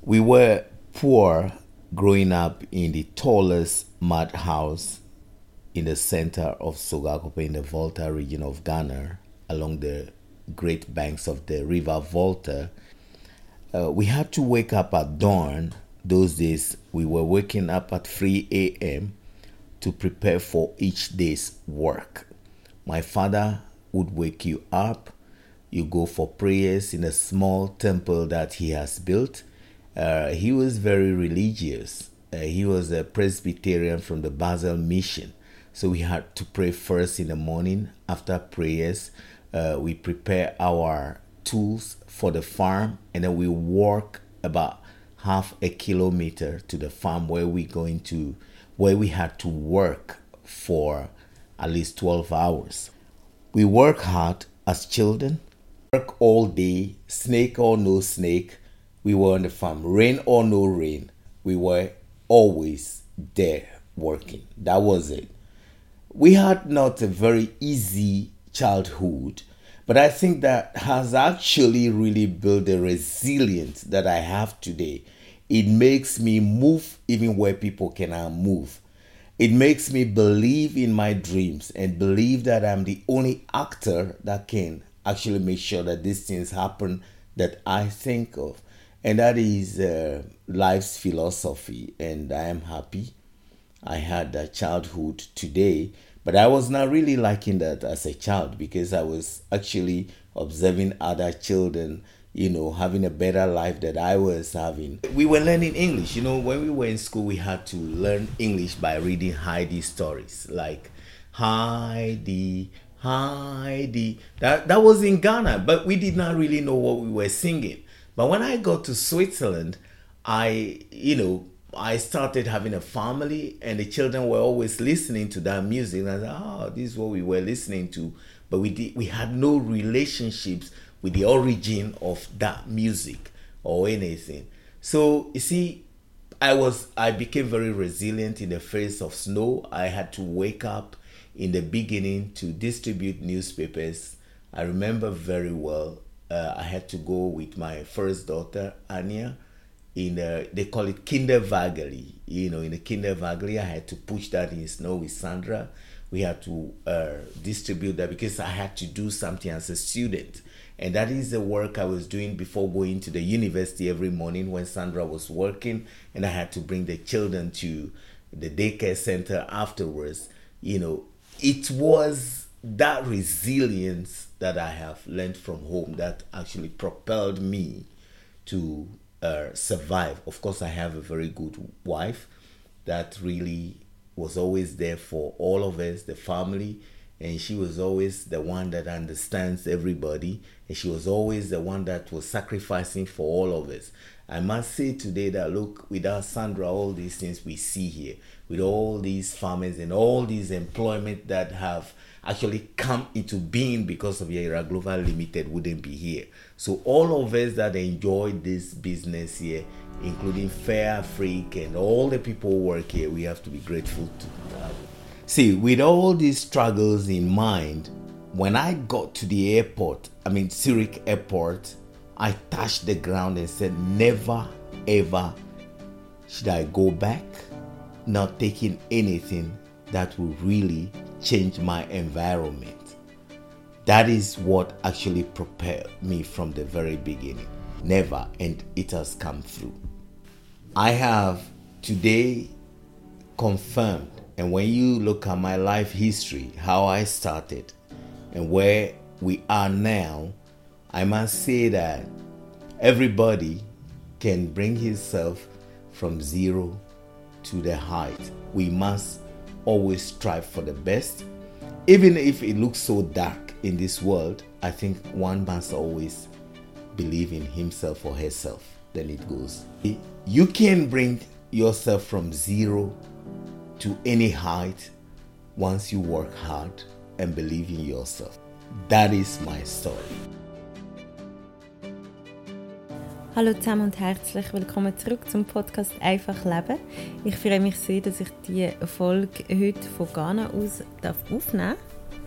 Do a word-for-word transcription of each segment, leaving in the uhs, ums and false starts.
We were poor growing up in the tallest mud house in the center of Sogakope in the Volta region of Ghana, along the great banks of the river Volta. Uh, we had to wake up at dawn. Those days, we were waking up at three a.m. to prepare for each day's work. My father would wake you up. You go for prayers in a small temple that he has built. Uh, he was very religious. Uh, he was a Presbyterian from the Basel Mission. So we had to pray first in the morning. After prayers, uh, we prepare our tools for the farm, and then we walk about half a kilometer to the farm where we going to, where we had to work for at least twelve hours. We work hard as children, work all day, snake or no snake. We were on the farm, rain or no rain. We were always there working. That was it. We had not a very easy childhood, but I think that has actually really built the resilience that I have today. It makes me move even where people cannot move. It makes me believe in my dreams and believe that I'm the only actor that can actually make sure that these things happen that I think of. And that is uh, life's philosophy, and I am happy I had that childhood today, but I was not really liking that as a child because I was actually observing other children, you know, having a better life that I was having. We were learning English. You know, when we were in school, we had to learn English by reading Heidi stories, like Heidi, Heidi. That, that was in Ghana, but we did not really know what we were singing. But when I got to Switzerland, I, you know, I started having a family, and the children were always listening to that music. And I said, oh, this is what we were listening to. But we did, we had no relationships with the origin of that music or anything. So, you see, I was, I became very resilient in the face of snow. I had to wake up in the beginning to distribute newspapers. I remember very well, uh, I had to go with my first daughter, Anya, in the, they call it Kinderwagen. You know, in the Kinderwagen, I had to push that in snow with Sandra. We had to uh, distribute that because I had to do something as a student. And that is the work I was doing before going to the university every morning when Sandra was working. And I had to bring the children to the daycare center afterwards. You know, it was that resilience that I have learned from home that actually propelled me to uh, survive. Of course, I have a very good wife that really was always there for all of us, the family, and she was always the one that understands everybody, and she was always the one that was sacrificing for all of us. I must say today that, look, without Sandra, all these things we see here, with all these farmers and all these employment that have actually come into being because of Yera Global Limited wouldn't be here. So all of us that enjoy this business here, including Fair Freak and all the people who work here, we have to be grateful to them. See, with all these struggles in mind, when I got to the airport, I mean Zurich airport, I touched the ground and said, never ever should I go back, not taking anything that will really change my environment. That is what actually propelled me from the very beginning. Never, and it has come through. I have today confirmed, and when you look at my life history, how I started and where we are now, I must say that everybody can bring himself from zero to the height. We must always strive for the best. Even if it looks so dark in this world, I think one must always believe in himself or herself. Then it goes. You can bring yourself from zero to any height once you work hard and believe in yourself. That is my story. Hallo zusammen und herzlich willkommen zurück zum Podcast Einfach Leben. Ich freue mich sehr, dass ich diese Folge heute von Ghana aus aufnehmen darf.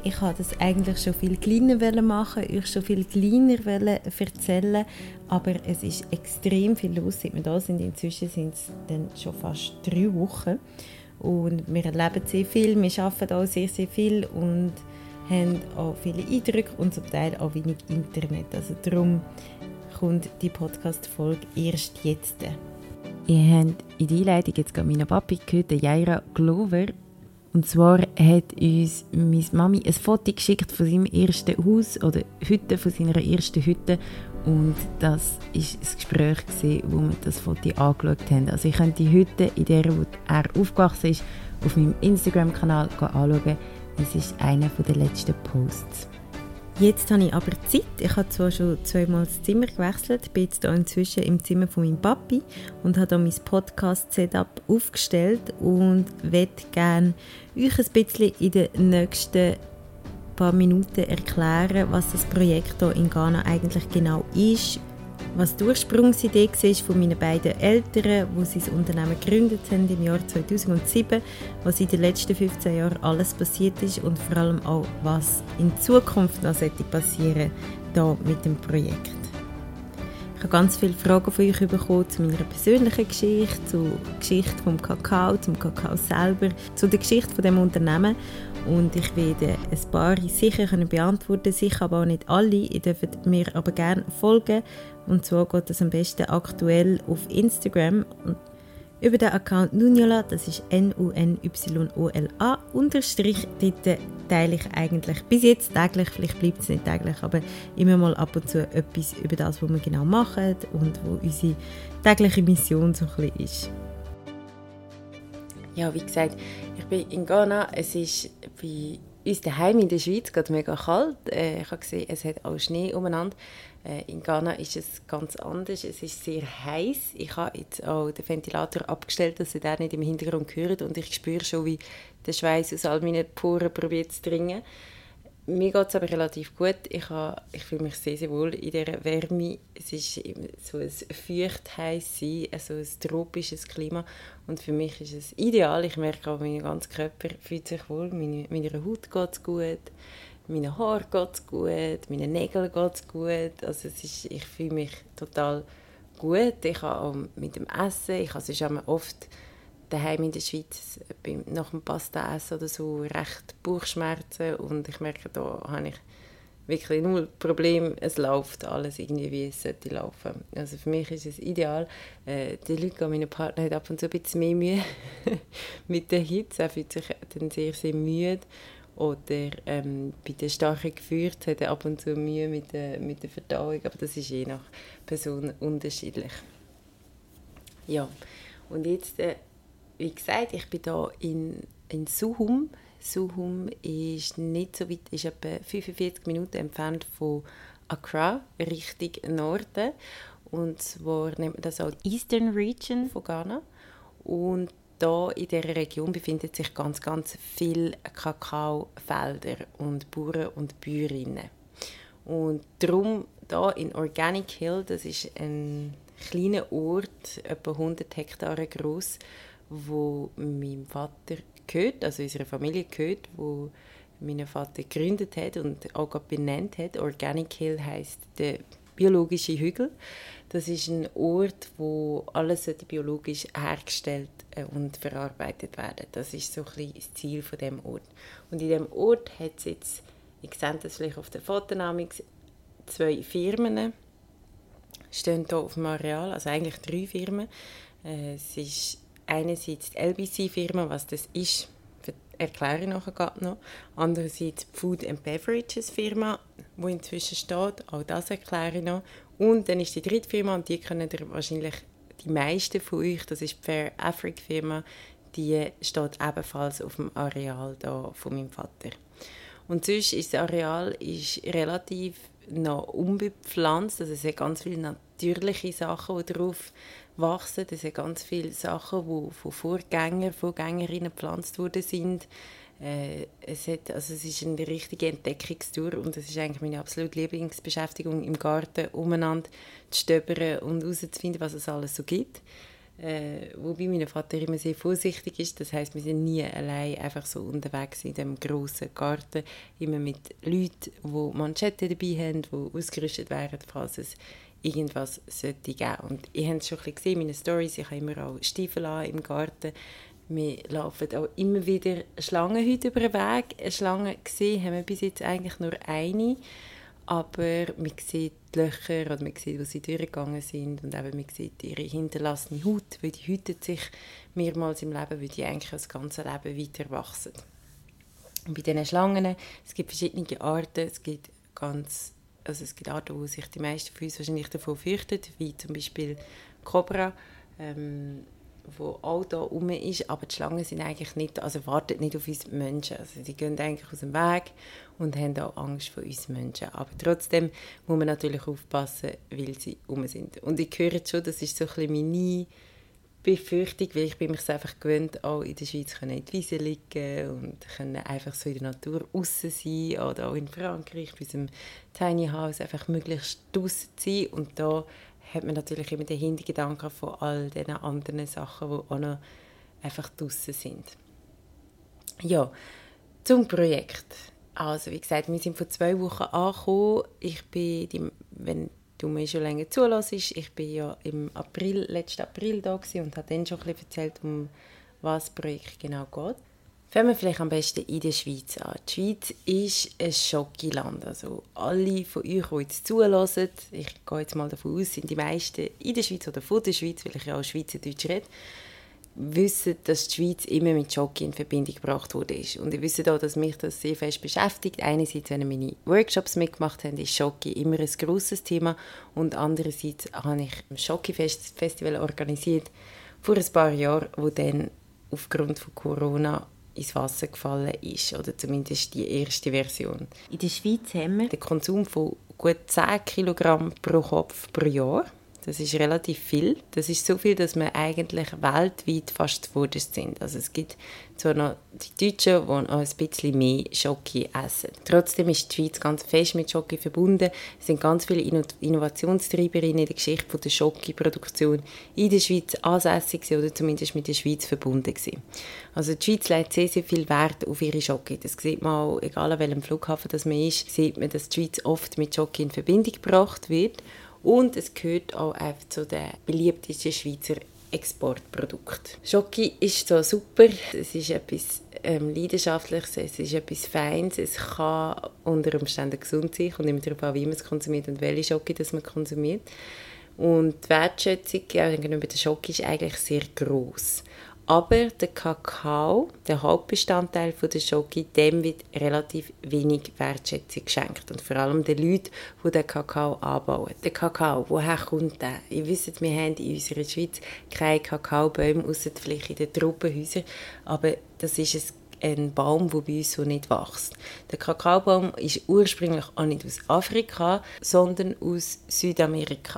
Ich wollte das eigentlich schon viel kleiner machen, euch schon viel kleiner erzählen, aber es ist extrem viel los, seit wir da sind. Inzwischen sind es dann schon fast drei Wochen und wir erleben sehr viel, wir arbeiten auch sehr, sehr viel und haben auch viele Eindrücke und zum Teil auch wenig Internet. Also darum kommt die Podcast-Folge erst jetzt. Ihr habt in der Einleitung jetzt gerade meine Papi gehört, Jaira Glover. Und zwar hat uns meine Mami ein Foto geschickt von seinem ersten Haus oder Hütte, von seiner ersten Hütte. Und das war ein Gespräch, wo wir das Foto angeschaut haben. Also ich könnt die Hütte, in der wo er aufgewachsen ist, auf meinem Instagram-Kanal anschauen. Es ist einer der letzten Posts. Jetzt habe ich aber Zeit. Ich habe zwar schon zweimal das Zimmer gewechselt, bin jetzt hier inzwischen im Zimmer von meinem Papi und habe hier mein Podcast-Setup aufgestellt und möchte gerne euch ein bisschen in den nächsten paar Minuten erklären, was das Projekt hier in Ghana eigentlich genau ist, was die Ursprungsidee war von meinen beiden Eltern, wo sie das Unternehmen gegründet haben im Jahr zweitausendsieben, was in den letzten fünfzehn Jahren alles passiert ist und vor allem auch, was in Zukunft noch passieren sollte mit dem Projekt. Ich habe ganz viele Fragen von euch bekommen zu meiner persönlichen Geschichte, zur Geschichte vom Kakao, zum Kakao selber, zu der Geschichte von dem Unternehmen. Und ich werde ein paar sicher können beantworten, sicher aber auch nicht alle. Ihr dürft mir aber gerne folgen. Und zwar geht das am besten aktuell auf Instagram. Und über den Account Nunyola, das ist N U N Y O L A, unterstrich, dort teile ich eigentlich bis jetzt täglich, vielleicht bleibt es nicht täglich, aber immer mal ab und zu etwas über das, was wir genau machen und wo unsere tägliche Mission so ein bisschen ist. Ja, wie gesagt, ich bin in Ghana. Es ist bei uns daheim in der Schweiz gerade mega kalt. Äh, ich habe gesehen, es hat auch Schnee umeinander. Äh, in Ghana ist es ganz anders. Es ist sehr heiß. Ich habe jetzt auch den Ventilator abgestellt, dass ihr den nicht im Hintergrund hört. Und ich spüre schon, wie der Schweiß aus all meinen Poren probiert zu dringen. Mir geht es aber relativ gut. Ich, habe, ich fühle mich sehr, sehr wohl in dieser Wärme. Es ist so ein feucht heiß sein, also ein tropisches Klima. Und für mich ist es ideal. Ich merke auch, mein ganzer Körper fühlt sich wohl. Meine, meiner Haut geht es gut, meinen Haaren geht es gut, meinen Nägeln geht es gut. Also es ist, ich fühle mich total gut. Ich habe auch mit dem Essen, ich habe sonst oft daheim in der Schweiz nach dem Pasta essen oder so recht Bauchschmerzen und ich merke, da habe ich wirklich null Problem. Es läuft alles irgendwie, wie es sollte laufen. Also für mich ist es ideal. Äh, die Leute, mein Partner hat ab und zu ein bisschen mehr Mühe mit der Hitze. Er fühlt sich dann sehr, sehr müde. Oder ähm, bei den starken Gefühlen hat er ab und zu Mühe mit der, mit der Verdauung. Aber das ist je nach Person unterschiedlich. Ja, und jetzt... Äh, Wie gesagt, ich bin hier in, in Suhum. Suhum ist nicht so weit, ist etwa fünfundvierzig Minuten entfernt von Accra, Richtung Norden. Und zwar nennt man das auch Eastern Region von Ghana. Und da in dieser Region befinden sich ganz, ganz viele Kakaofelder und Bauern und Bäuerinnen. Und darum hier in Organic Hill, das ist ein kleiner Ort, etwa hundert Hektare groß, wo meinem Vater gehört, also unserer Familie gehört, wo mein Vater gegründet hat und auch benannt hat. Organic Hill heisst der biologische Hügel. Das ist ein Ort, wo alles biologisch hergestellt und verarbeitet werden. Das ist so ein bisschen das Ziel von dem Ort. Und in diesem Ort hat es jetzt, ich sehe das vielleicht auf den Fotos, zwei Firmen stehen hier auf dem Areal, also eigentlich drei Firmen. Es ist einerseits die L B C-Firma, was das ist, erkläre ich nachher noch. Andererseits die Food and Beverages Firma, die inzwischen steht, auch das erkläre ich noch. Und dann ist die dritte Firma, und die kennen ihr wahrscheinlich die meisten von euch, das ist die Fair Africa Firma, die steht ebenfalls auf dem Areal da von meinem Vater. Und sonst ist das Areal ist relativ noch unbepflanzt, also es sind ganz viele natürliche Sachen, die drauf wachsen. Es sind ganz viele Sachen, die von Vorgängern, Vorgängerinnen gepflanzt worden sind. Äh, es, hat, also es ist eine richtige Entdeckungstour und es ist eigentlich meine absolute Lieblingsbeschäftigung, im Garten umeinander zu stöbern und herauszufinden, was es alles so gibt. Äh, wobei mein Vater immer sehr vorsichtig ist. Das heisst, wir sind nie allein einfach so unterwegs in diesem grossen Garten. Immer mit Leuten, die Manschetten dabei haben, die ausgerüstet wären, falls es irgendwas sollte geben. Und ich habe es schon ein bisschen gesehen in meinen Storys. Ich habe immer auch Stiefel an im Garten. Wir laufen auch immer wieder Schlangen heute über den Weg. Eine Schlange gesehen haben wir bis jetzt eigentlich nur eine. Aber man sieht die Löcher oder man sieht, wo sie durchgegangen sind und eben man sieht ihre hinterlassene Haut, weil die hüten sich mehrmals im Leben, weil die eigentlich das ganze Leben weiter wachsen. Und bei diesen Schlangen, es gibt verschiedene Arten, es gibt ganz, also es gibt Arten, wo sich die meisten von uns wahrscheinlich davon fürchten, wie zum Beispiel Cobra, ähm, wo auch da rum ist, aber die Schlangen sind eigentlich nicht, also warten nicht auf uns Menschen. Also die gehen eigentlich aus dem Weg und haben auch Angst vor uns Menschen. Aber trotzdem muss man natürlich aufpassen, weil sie rum sind. Und ich höre schon, das ist so ein bisschen meine Befürchtung, weil ich bin mich einfach gewöhnt, auch in der Schweiz können in die Wiese liegen und können einfach so in der Natur draussen sein oder auch in Frankreich bei unserem Tiny House einfach möglichst draussen sein und da hat man natürlich immer den Hintergedanken von all diesen anderen Sachen, die auch noch einfach draussen sind. Ja, zum Projekt. Also wie gesagt, wir sind vor zwei Wochen angekommen. Ich bin, die, wenn du mir schon länger zulässt, ich bin ja im April, letzten April da gewesen und habe dann schon ein bisschen erzählt, um was das Projekt genau geht. Fangen wir vielleicht am besten in der Schweiz an. Die Schweiz ist ein Schokiland. Also alle von euch, die jetzt zuhören, ich gehe jetzt mal davon aus, sind die meisten in der Schweiz oder von der Schweiz, weil ich ja auch Schweizerdeutsch rede, wissen, dass die Schweiz immer mit Schoki in Verbindung gebracht wurde. Und ich wisse auch, dass mich das sehr fest beschäftigt. Einerseits, wenn ihr meine Workshops mitgemacht habt, ist Schoki immer ein grosses Thema. Und andererseits habe ich ein Schoki-Festival organisiert vor ein paar Jahren, wo dann aufgrund von Corona ins Wasser gefallen ist, oder zumindest die erste Version. In der Schweiz haben wir den Konsum von gut zehn Kilogramm pro Kopf pro Jahr. Das ist relativ viel. Das ist so viel, dass wir eigentlich weltweit fast vorderst sind. Also es gibt zwar noch die Deutschen, die noch ein bisschen mehr Schoki essen. Trotzdem ist die Schweiz ganz fest mit Schoki verbunden. Es sind ganz viele Innovationstreiberinnen in der Geschichte der Schoki-Produktion in der Schweiz ansässig oder zumindest mit der Schweiz verbunden gewesen. Also die Schweiz legt sehr, sehr viel Wert auf ihre Schoki. Das sieht man auch, egal an welchem Flughafen das man ist, sieht man, dass die Schweiz oft mit Schoki in Verbindung gebracht wird. Und es gehört auch einfach zu den beliebtesten Schweizer Exportprodukten. Schoki ist so super, es ist etwas ähm, Leidenschaftliches, es ist etwas Feines, es kann unter Umständen gesund sein, kommt immer darauf an, wie man es konsumiert und welche Schoki das man konsumiert. Und die Wertschätzung gegenüber der Schoki ist eigentlich sehr gross. Aber der Kakao, der Hauptbestandteil der Schoki, dem wird relativ wenig Wertschätzung geschenkt. Und vor allem den Leuten, die den Kakao anbauen. Der Kakao, woher kommt der? Ihr wisst, wir haben in unserer Schweiz keine Kakaobäume, ausser vielleicht in den Tropenhäusern. Aber das ist ein Baum, der bei uns so nicht wächst. Der Kakaobaum ist ursprünglich auch nicht aus Afrika, sondern aus Südamerika.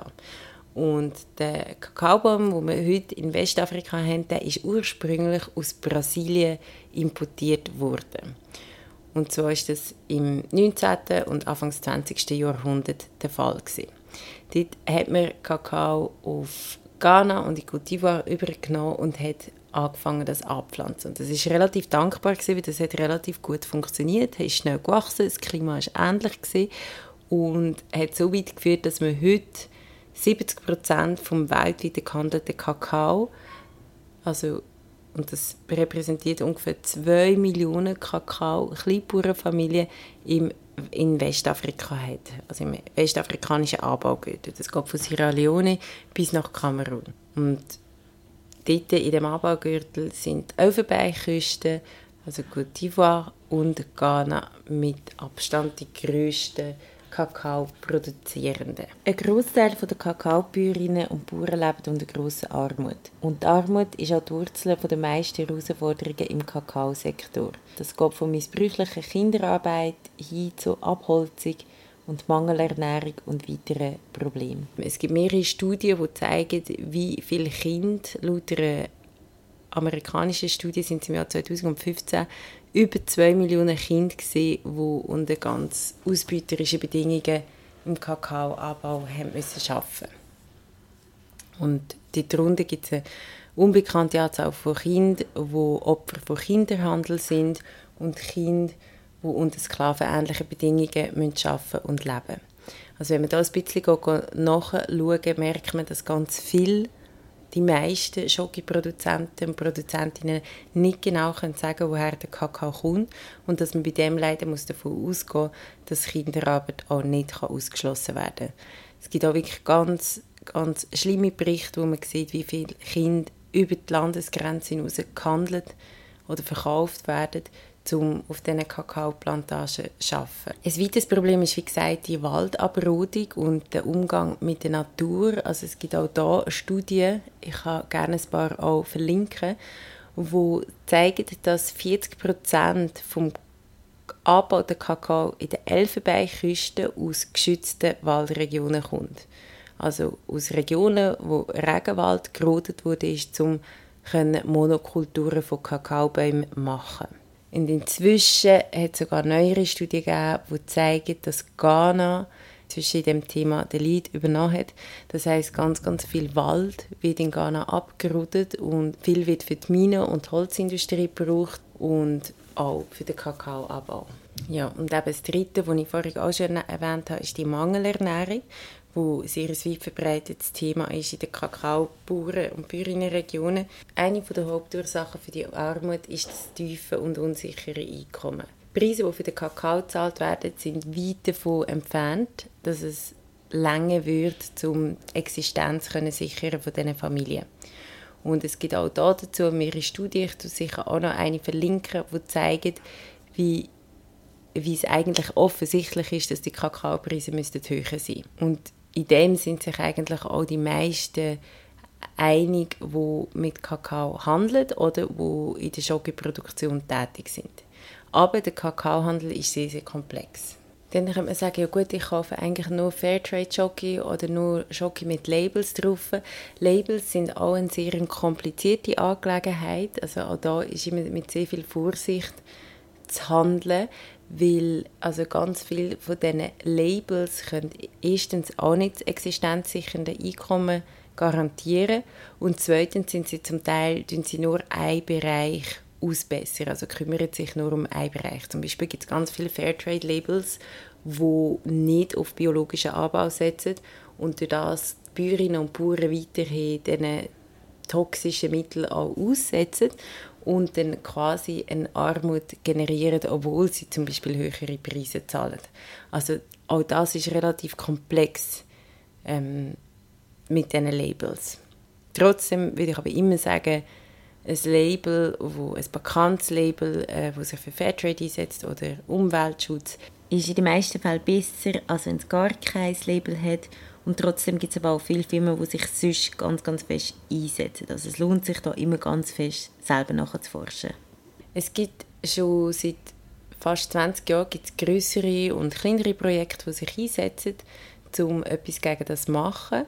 Und der Kakaobaum, den wir heute in Westafrika haben, der ist ursprünglich aus Brasilien importiert worden. Und so war das im neunzehnten und Anfang des zwanzigsten Jahrhunderts der Fall gewesen. Dort hat man Kakao auf Ghana und in Côte d'Ivoire übergenommen und hat angefangen, das anzupflanzen. Und das war relativ dankbar gewesen, weil das hat relativ gut funktioniert, es ist schnell gewachsen, das Klima war ähnlich gewesen und hat so weit geführt, dass man heute siebzig Prozent vom weltweit gehandelten Kakao, also, und das repräsentiert ungefähr zwei Millionen Kakao-Kleinbauernfamilien im, in Westafrika hat, also im westafrikanischen Anbaugürtel. Das geht von Sierra Leone bis nach Kamerun. Und dort in dem Anbaugürtel sind die Elfenbeinküsten, also Côte d'Ivoire und Ghana mit Abstand die grössten Kakao-Produzierenden. Ein Großteil der Kakaobäuerinnen und Bauern lebt unter grosser Armut. Und die Armut ist auch die Wurzel der meisten Herausforderungen im Kakaosektor. Das geht von missbräuchlicher Kinderarbeit hin zur Abholzung und Mangelernährung und weiteren Problemen. Es gibt mehrere Studien, die zeigen, wie viele Kinder laut einer amerikanischen Studie sind es im Jahr zweitausendfünfzehn über zwei Millionen Kinder gesehen, die unter ganz ausbeuterischen Bedingungen im Kakaoanbau haben müssen arbeiten. Und darunter gibt es eine unbekannte Anzahl von Kindern, die Opfer von Kinderhandel sind und Kinder, die unter sklavenähnlichen Bedingungen arbeiten und leben müssen. Also wenn man da ein bisschen nachschaut, merkt man, dass ganz viele, die meisten Schokoproduzenten und Produzentinnen nicht genau sagen können, woher der Kakao kommt und dass man bei dem leider muss davon ausgehen muss, dass Kinderarbeit auch nicht ausgeschlossen werden kann. Es gibt auch wirklich ganz, ganz schlimme Berichte, wo man sieht, wie viele Kinder über die Landesgrenze hinaus gehandelt oder verkauft werden, um auf diesen Kakaoplantagen zu arbeiten. Ein weiteres Problem ist, wie gesagt, die Waldabrodung und der Umgang mit der Natur. Also es gibt auch hier Studien, ich kann gerne ein paar auch verlinken, die zeigen, dass vierzig Prozent vom angebauten Kakao in der Elfenbeinküste aus geschützten Waldregionen kommt. Also aus Regionen, wo Regenwald gerodet wurde, um Monokulturen von Kakaobäumen zu machen. Und inzwischen hat es sogar neuere Studien gegeben, die zeigen, dass Ghana zwischen dem Thema den Lead übernommen hat. Das heisst, ganz, ganz viel Wald wird in Ghana abgerodet und viel wird für die Minen- und Holzindustrie gebraucht und auch für den Kakaoanbau. Ja, und eben das Dritte, das ich vorhin auch schon erwähnt habe, ist die Mangelernährung, wo sehr ein weit verbreitetes Thema ist in den Kakaobauern- und Bäuerinnenregionen. Eine der Hauptursachen für die Armut ist das tiefe und unsichere Einkommen. Die Preise, die für den Kakao gezahlt werden, sind weit davon entfernt, dass es länger wird, um die Existenz zu sichern von diesen Familien. Und es gibt auch dazu mehrere Studien, ich verlinke sicher auch noch eine verlinken, die zeigen, wie, wie es eigentlich offensichtlich ist, dass die Kakaopreise höher sein müssten. Und in dem sind sich eigentlich auch die meisten einig, die mit Kakao handeln oder die in der Schokoproduktion tätig sind. Aber der Kakaohandel ist sehr, sehr komplex. Dann könnte man sagen, ja gut, ich kaufe eigentlich nur Fairtrade-Schoki oder nur Schoki mit Labels drauf. Labels sind auch eine sehr komplizierte Angelegenheit. Also auch da ist immer mit sehr viel Vorsicht zu handeln, weil also ganz viele von diesen Labels können erstens auch nicht das existenzsichernde Einkommen garantieren und zweitens sind sie zum Teil sie nur einen Bereich ausbessern, also kümmern sich nur um einen Bereich. Zum Beispiel gibt es ganz viele Fairtrade-Labels, die nicht auf biologischen Anbau setzen und durch das die Bäuerinnen und Bauern weiterhin diesen toxischen Mitteln auch aussetzen und dann quasi eine Armut generieren, obwohl sie zum Beispiel höhere Preise zahlen. Also auch das ist relativ komplex ähm, mit diesen Labels. Trotzdem würde ich aber immer sagen, ein Label, wo, ein bekanntes Label, äh, das sich für Fairtrade einsetzt oder Umweltschutz, ist in den meisten Fällen besser, als wenn es gar kein Label hat. Und trotzdem gibt es aber auch viele Firmen, die sich sonst ganz, ganz fest einsetzen. Also es lohnt sich da immer ganz fest, selber nachzuforschen. Es gibt schon seit fast zwanzig Jahren gibt's grössere und kleinere Projekte, die sich einsetzen, um etwas gegen das zu machen.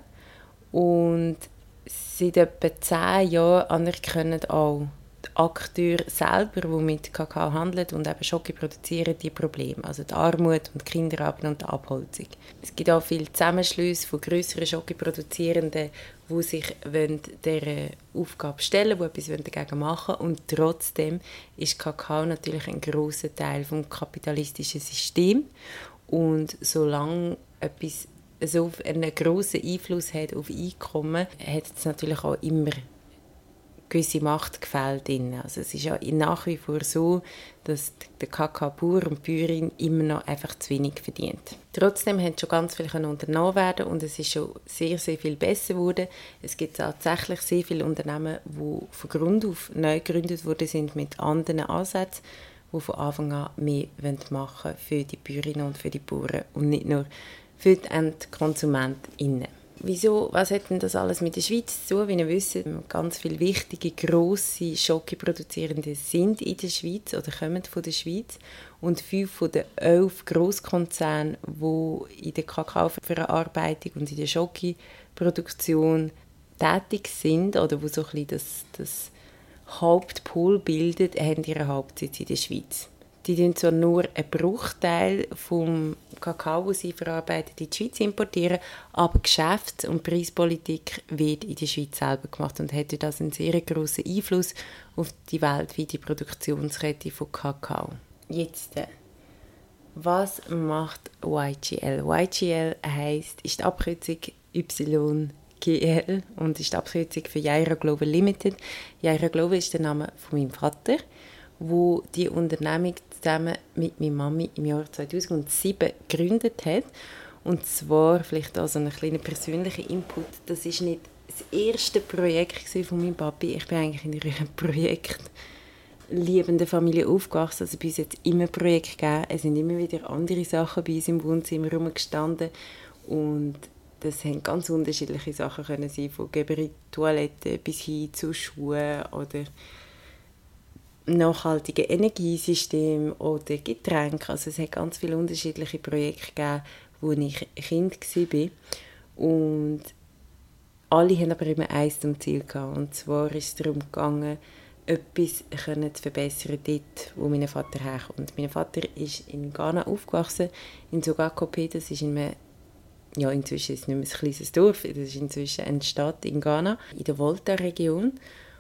Und seit etwa zehn Jahren anerkennen auch die Akteure selber, die mit Kakao handeln und eben Schoki produzieren, die Probleme. Also die Armut und die Kinderarbeit und die Abholzung. Es gibt auch viele Zusammenschlüsse von grösseren Schoki-Produzierenden, die sich dieser Aufgabe stellen, die etwas dagegen machen wollen. Und trotzdem ist Kakao natürlich ein grosser Teil des kapitalistischen Systems. Und solange etwas so einen grossen Einfluss hat auf Einkommen, hat es natürlich auch immer gewisse Machtgefälle drin. Also es ist ja nach wie vor so, dass der Kakaobauer und die Bäuerin immer noch einfach zu wenig verdient. Trotzdem haben schon ganz viel unternommen werden und es ist schon sehr, sehr viel besser geworden. Es gibt tatsächlich sehr viele Unternehmen, die von Grund auf neu gegründet worden sind mit anderen Ansätzen, die von Anfang an mehr machen wollen für die Bäuerinnen und für die Bauern und nicht nur für die EndkonsumentInnen. Wieso, was hat denn das alles mit der Schweiz zu tun? Wie ihr wisst, ganz viele wichtige, grosse Schokoproduzierende sind in der Schweiz oder kommen von der Schweiz. Und fünf von den elf Grosskonzernen, die in der Kakaoverarbeitung und in der Schokoproduktion tätig sind oder wo so ein bisschen das, das Hauptpol bildet, haben ihren Hauptsitz in der Schweiz. die importieren zwar nur einen Bruchteil vom Kakao, den sie verarbeitet, in die Schweiz importieren, aber Geschäfts- und Preispolitik wird in der Schweiz selber gemacht und hat das einen sehr grossen Einfluss auf die weltweite Produktionskette von Kakao. Jetzt, was macht Y G L? Y G L heisst, ist die Abkürzung Y G L und ist die Abkürzung für Yara Global Limited. Yara Global ist der Name von meinem Vater, wo die Unternehmung zusammen mit meiner Mami im Jahr zweitausendsieben gegründet hat. Und zwar, vielleicht auch so einen kleinen persönlichen Input, das ist nicht das erste Projekt von meinem Papi. Ich bin eigentlich in einer projektliebenden Familie aufgewachsen. Also bei uns hat es immer Projekte gegeben. Es sind immer wieder andere Sachen bei uns im Wohnzimmer rumgestanden. Und das haben ganz unterschiedliche Sachen können sein, von Geberit-Toiletten bis hin zu Schuhen oder nachhaltigen Energiesystemen oder Getränke. Also es hat ganz viele unterschiedliche Projekte gegeben, als ich Kind war. Und alle haben aber immer eins zum Ziel gehabt. Und zwar ist es darum gegangen, etwas zu verbessern dort, wo mein Vater herkommt. Mein Vater ist in Ghana aufgewachsen, in Sogakope. Das ist in einem, ja, inzwischen ist es nicht mehr ein kleines Dorf, das ist inzwischen eine Stadt in Ghana, in der Volta-Region.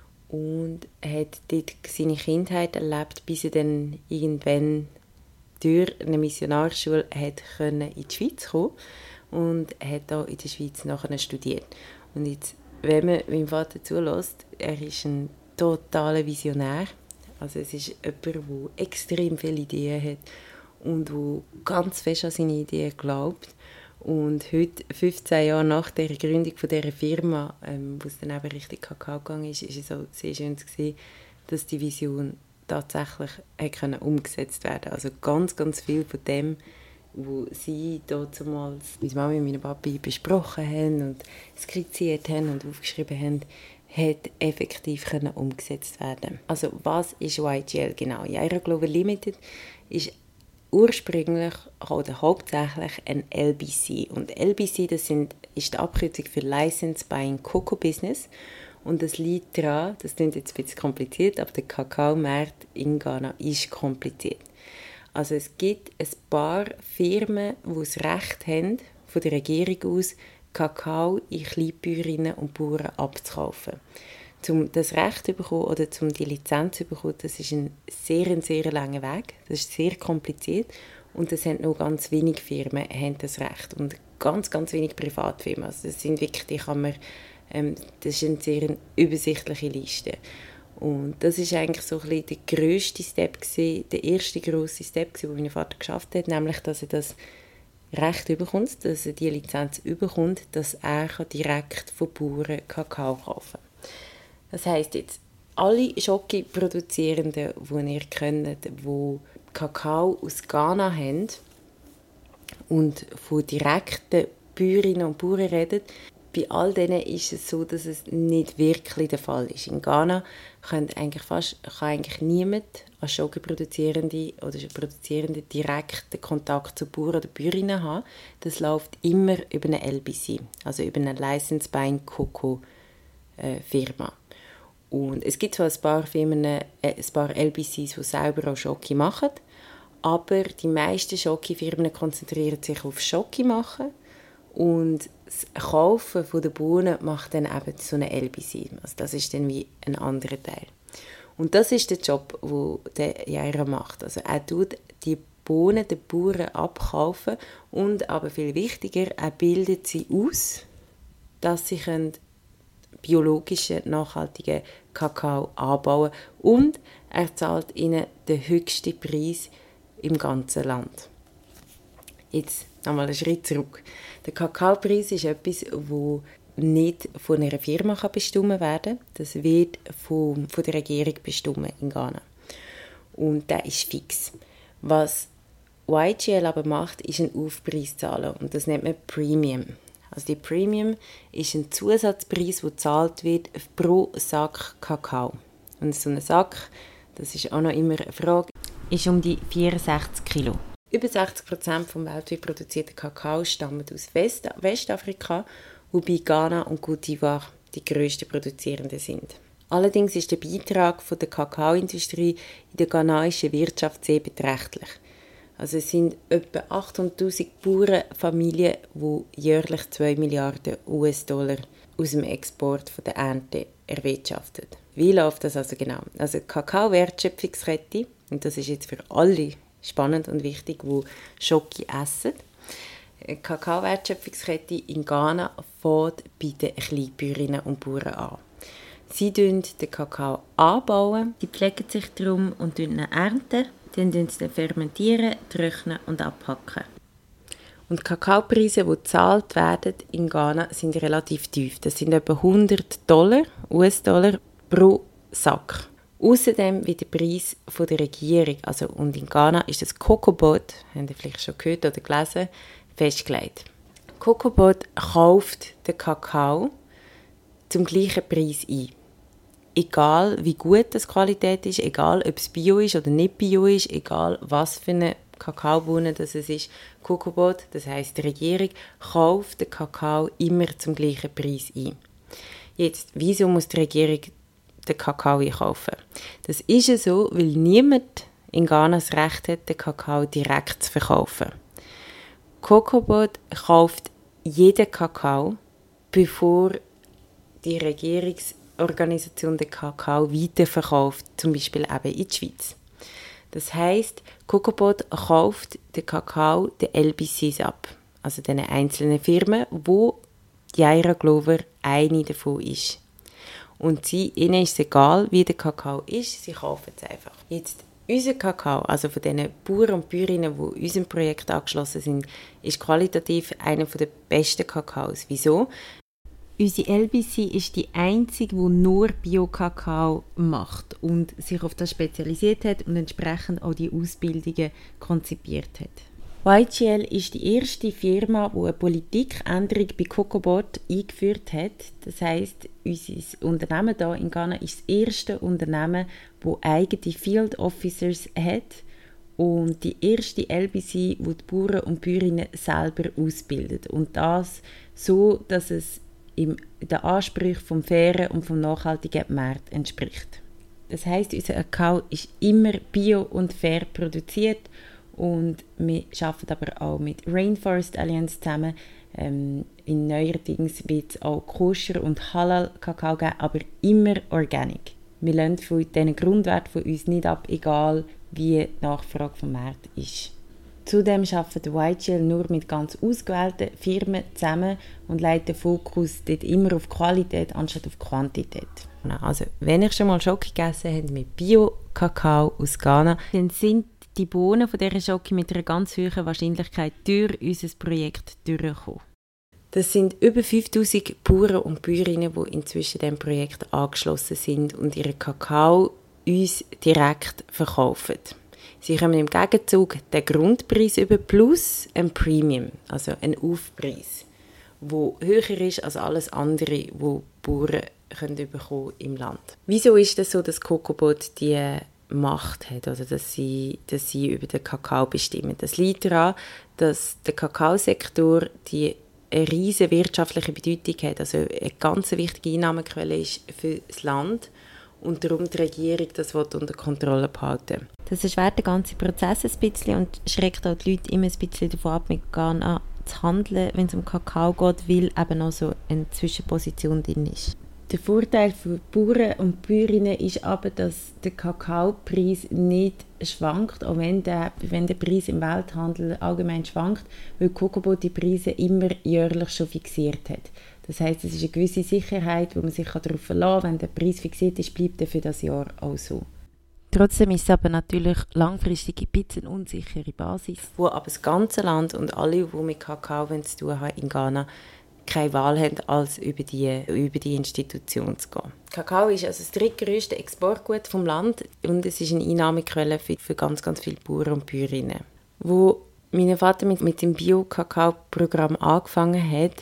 Und er hat dort seine Kindheit erlebt, bis er dann irgendwann durch eine Missionarschule hat können in die Schweiz kommen und er hat da in der Schweiz nachher studiert. Und jetzt, wenn man meinem Vater zulässt, er ist ein totaler Visionär. Also es ist jemand, der extrem viele Ideen hat und der ganz fest an seine Ideen glaubt. Und heute, fünfzehn Jahre nach der Gründung von dieser Firma, ähm, wo es dann eben richtig Kakao gegangen ist, ist es auch sehr schön zu sehen, dass die Vision tatsächlich hat umgesetzt werden konnte. Also ganz, ganz viel von dem, was sie damals mit Mami und meinem Papi besprochen haben und skizziert haben und aufgeschrieben haben, hat effektiv können umgesetzt werden. Also was ist Y G L genau? Yara Global Limited ist ursprünglich oder hauptsächlich ein L B C. Und L B C, das sind, ist die Abkürzung für License Buying Cocoa Business. Und das liegt daran, das klingt jetzt ein bisschen kompliziert, aber der Kakaomarkt in Ghana ist kompliziert. Also es gibt ein paar Firmen, die das Recht haben, von der Regierung aus, Kakao in Kleinbäuerinnen und Bauern abzukaufen. Um das Recht zu bekommen oder um die Lizenz zu bekommen, das ist ein sehr, ein sehr langer Weg. Das ist sehr kompliziert und das haben nur ganz wenige Firmen haben das Recht und ganz, ganz wenige Privatfirmen. Also das sind wirklich, die kann man, ähm, das ist eine sehr übersichtliche Liste. Und das ist eigentlich so ein bisschen der grösste Step gewesen, der erste grosse Step gewesen, den mein Vater geschafft hat, nämlich, dass er das Recht bekommt, dass er die Lizenz bekommt, dass er direkt von Bauern Kakao kaufen kann. Das heisst jetzt, alle Schoki-Produzierenden, die ihr kennt, die Kakao aus Ghana haben und von direkten Bäuerinnen und Bauern reden, bei all denen ist es so, dass es nicht wirklich der Fall ist. In Ghana kann eigentlich fast kann eigentlich niemand als Schoki-Produzierende oder Produzierende direkten Kontakt zu Bauern oder Bäuerinnen haben. Das läuft immer über eine L B C, also über eine License Buying Cocoa Firma. Und es gibt zwar ein paar Firmen, äh, ein paar L B Cs, die selber auch Schoki machen, aber die meisten Schoki-Firmen konzentrieren sich auf Schoki machen und das Kaufen von der Bohnen macht dann eben so eine L B C. Also das ist dann wie ein anderer Teil. Und das ist der Job, den der Yara macht. Also er tut die Bohnen den Bauern abkaufen und aber viel wichtiger, er bildet sie aus, dass sie können biologischen, nachhaltigen Kakao anbauen und er zahlt ihnen den höchsten Preis im ganzen Land. Jetzt nochmal einen Schritt zurück. Der Kakaopreis ist etwas, das nicht von einer Firma bestimmt werden kann. Das wird von, von der Regierung bestimmt in Ghana. Und der ist fix. Was Y G L aber macht, ist einen Aufpreis zahlen und das nennt man Premium. Also die Premium ist ein Zusatzpreis, der gezahlt wird pro Sack Kakao. Und so ein Sack, das ist auch noch immer eine Frage, ist um die vierundsechzig Kilo. Über sechzig Prozent des weltweit produzierten Kakao stammen aus West- Westafrika, wobei Ghana und Côte d'Ivoire die grössten Produzierenden sind. Allerdings ist der Beitrag von der Kakaoindustrie in der ghanaischen Wirtschaft sehr beträchtlich. Also es sind etwa achthunderttausend Bauernfamilien, die jährlich zwei Milliarden U S-Dollar aus dem Export von der Ernte erwirtschaften. Wie läuft das also genau? Also die Kakao-Wertschöpfungskette, und das ist jetzt für alle spannend und wichtig, die Schoki essen. Die Kakao-Wertschöpfungskette in Ghana fängt bei den Kleinbäuerinnen und Bauern an. Sie bauen den Kakao anbauen, die pflegen sich darum und ihn ernten, dann fermentieren sie fermentieren, trocknen und abpacken. Und die Kakaopreise, die gezahlt werden in Ghana, sind relativ tief. Das sind etwa hundert Dollar, U S-Dollar pro Sack. Außerdem wird der Preis von der Regierung, also und in Ghana ist das COCOBOD, habt ihr vielleicht schon gehört oder gelesen, festgelegt. COCOBOD kauft den Kakao zum gleichen Preis ein. Egal wie gut die Qualität ist, egal ob es Bio ist oder nicht Bio ist, egal was für eine Kakaobohne das es ist, COCOBOD, das heisst die Regierung, kauft den Kakao immer zum gleichen Preis ein. Jetzt, wieso muss die Regierung den Kakao einkaufen? Das ist so, weil niemand in Ghana das Recht hat, den Kakao direkt zu verkaufen. COCOBOD kauft jeden Kakao, bevor die Regierungsorganisation den Kakao weiterverkauft, zum Beispiel eben in die Schweiz. Das heisst, COCOBOD kauft den Kakao den L B Cs ab, also den einzelnen Firmen, wo Jaira Glover eine davon ist. Und sie, ihnen ist es egal, wie der Kakao ist, sie kaufen es einfach. Jetzt, unser Kakao, also von den Bauern und Bäuerinnen, die unserem Projekt angeschlossen sind, ist qualitativ einer der besten Kakaos. Wieso? Unsere L B C ist die einzige, die nur Bio-Kakao macht und sich auf das spezialisiert hat und entsprechend auch die Ausbildungen konzipiert hat. Y G L ist die erste Firma, die eine Politikänderung bei COCOBOD eingeführt hat. Das heisst, unser Unternehmen hier in Ghana ist das erste Unternehmen, das eigene Field Officers hat und die erste L B C, die die Bauern und Bäuerinnen selber ausbildet. Und das so, dass es im, den Ansprüchen vom fairen und vom nachhaltigen Markt entspricht. Das heisst, unser Kakao ist immer bio und fair produziert und wir arbeiten aber auch mit Rainforest Alliance zusammen. Ähm, in neuerdings wird es auch Koscher und Halal-Kakao geben, aber immer organic. Wir lassen von diesen Grundwerten von uns nicht ab, egal wie die Nachfrage vom Markt ist. Zudem arbeitet Y G L nur mit ganz ausgewählten Firmen zusammen und legt den Fokus dort immer auf Qualität anstatt auf Quantität. Also, wenn ihr schon mal Schoki gegessen habt mit Bio-Kakao aus Ghana, dann sind die Bohnen von dieser Schoki mit einer ganz hohen Wahrscheinlichkeit durch unser Projekt durchgekommen. Das sind über fünftausend Bauern und Bäuerinnen, die inzwischen diesem Projekt angeschlossen sind und ihren Kakao uns direkt verkaufen. Sie kommen im Gegenzug den Grundpreis über plus ein Premium, also einen Aufpreis, der höher ist als alles andere, was Bauern können bekommen im Land. Wieso ist es das so, dass COCOBOD die Macht hat, oder dass sie, dass sie über den Kakao bestimmen? Das liegt daran, dass der Kakaosektor die eine riesige wirtschaftliche Bedeutung hat, also eine ganz wichtige Einnahmequelle ist für das Land. Und darum die Regierung das unter Kontrolle behalten. Das erschwert den ganzen Prozess ein bisschen und schreckt auch die Leute immer ein bisschen davon ab, mit Ghana zu handeln, wenn es um Kakao geht, weil eben noch so eine Zwischenposition drin ist. Der Vorteil für Bauern und Bäuerinnen ist aber, dass der Kakaopreis nicht schwankt, auch wenn der, wenn der Preis im Welthandel allgemein schwankt, weil COCOBOD die Preise immer jährlich schon fixiert hat. Das heisst, es ist eine gewisse Sicherheit, wo man sich darauf verlassen kann. Wenn der Preis fixiert ist, bleibt er für das Jahr auch so. Trotzdem ist es aber natürlich langfristig ein bisschen eine unsichere Basis, wo aber das ganze Land und alle, die mit Kakao zu tun haben in Ghana, keine Wahl haben, als über die, über die Institution zu gehen. Kakao ist also das drittgrößte Exportgut vom Land und es ist eine Einnahmequelle für, für ganz, ganz viele Bauern und Bäuerinnen. Wo mein Vater mit, mit dem Bio-Kakao-Programm angefangen hat,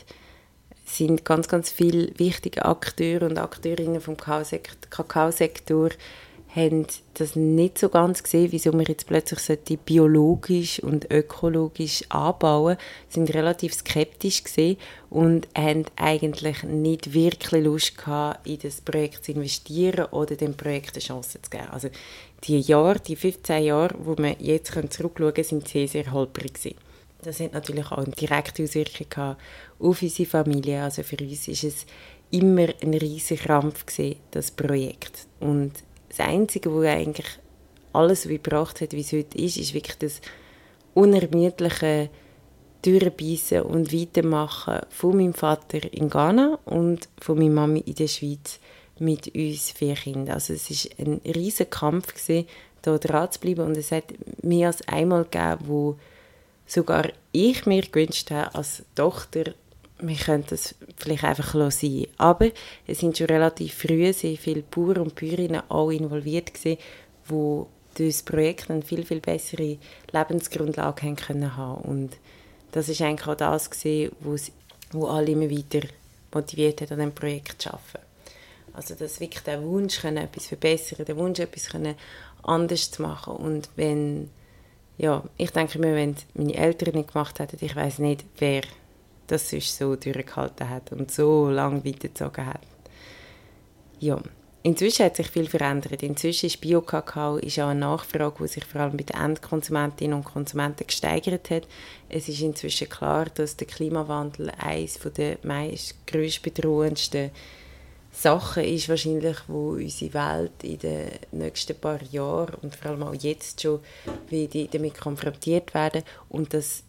sind ganz, ganz viele wichtige Akteure und Akteurinnen vom Kakaosektor haben das nicht so ganz gesehen, wieso wir jetzt plötzlich biologisch und ökologisch anbauen, sind relativ skeptisch gesehen und haben eigentlich nicht wirklich Lust gehabt, in das Projekt zu investieren oder dem Projekt eine Chance zu geben. Also die Jahre, die fünfzehn Jahre, wo wir jetzt zurückschauen können, sind sehr, sehr holprig gewesen. Das hat natürlich auch eine direkte Auswirkung gehabt auf unsere Familie. Also für uns ist es immer ein riesiger Krampf gewesen, das Projekt. Und das Einzige, was eigentlich alles so gebracht hat, wie es heute ist, ist wirklich das unermüdliche Durchbeissen und Weitermachen von meinem Vater in Ghana und von meiner Mami in der Schweiz mit uns vier Kindern. Also es war ein riesiger Kampf gewesen, da dran zu bleiben. Und es hat mehr als einmal gegeben, wo sogar ich mir gewünscht habe, als Tochter, wir könnten das vielleicht einfach sein. Aber es sind schon relativ früh sehr viele Bauern und Bäuerinnen auch involviert gewesen, die durch das Projekt eine viel, viel bessere Lebensgrundlage haben können haben. Und das ist eigentlich auch das gewesen, wo alle immer weiter motiviert hat, an diesem Projekt zu arbeiten. Also dass wirklich der Wunsch, können, etwas verbessern, der Wunsch, etwas können, anders zu machen. Und wenn, ja, ich denke mir, wenn meine Eltern nicht gemacht hätten, ich weiss nicht, wer das sonst so durchgehalten hat und so lange weitergezogen hat. Ja, inzwischen hat sich viel verändert. Inzwischen ist Bio-Kakao ist auch eine Nachfrage, die sich vor allem bei den Endkonsumentinnen und Konsumenten gesteigert hat. Es ist inzwischen klar, dass der Klimawandel eines der meist grösstbedrohendsten Sachen ist wahrscheinlich, wo unsere Welt in den nächsten paar Jahren und vor allem auch jetzt schon wieder damit konfrontiert werden und dass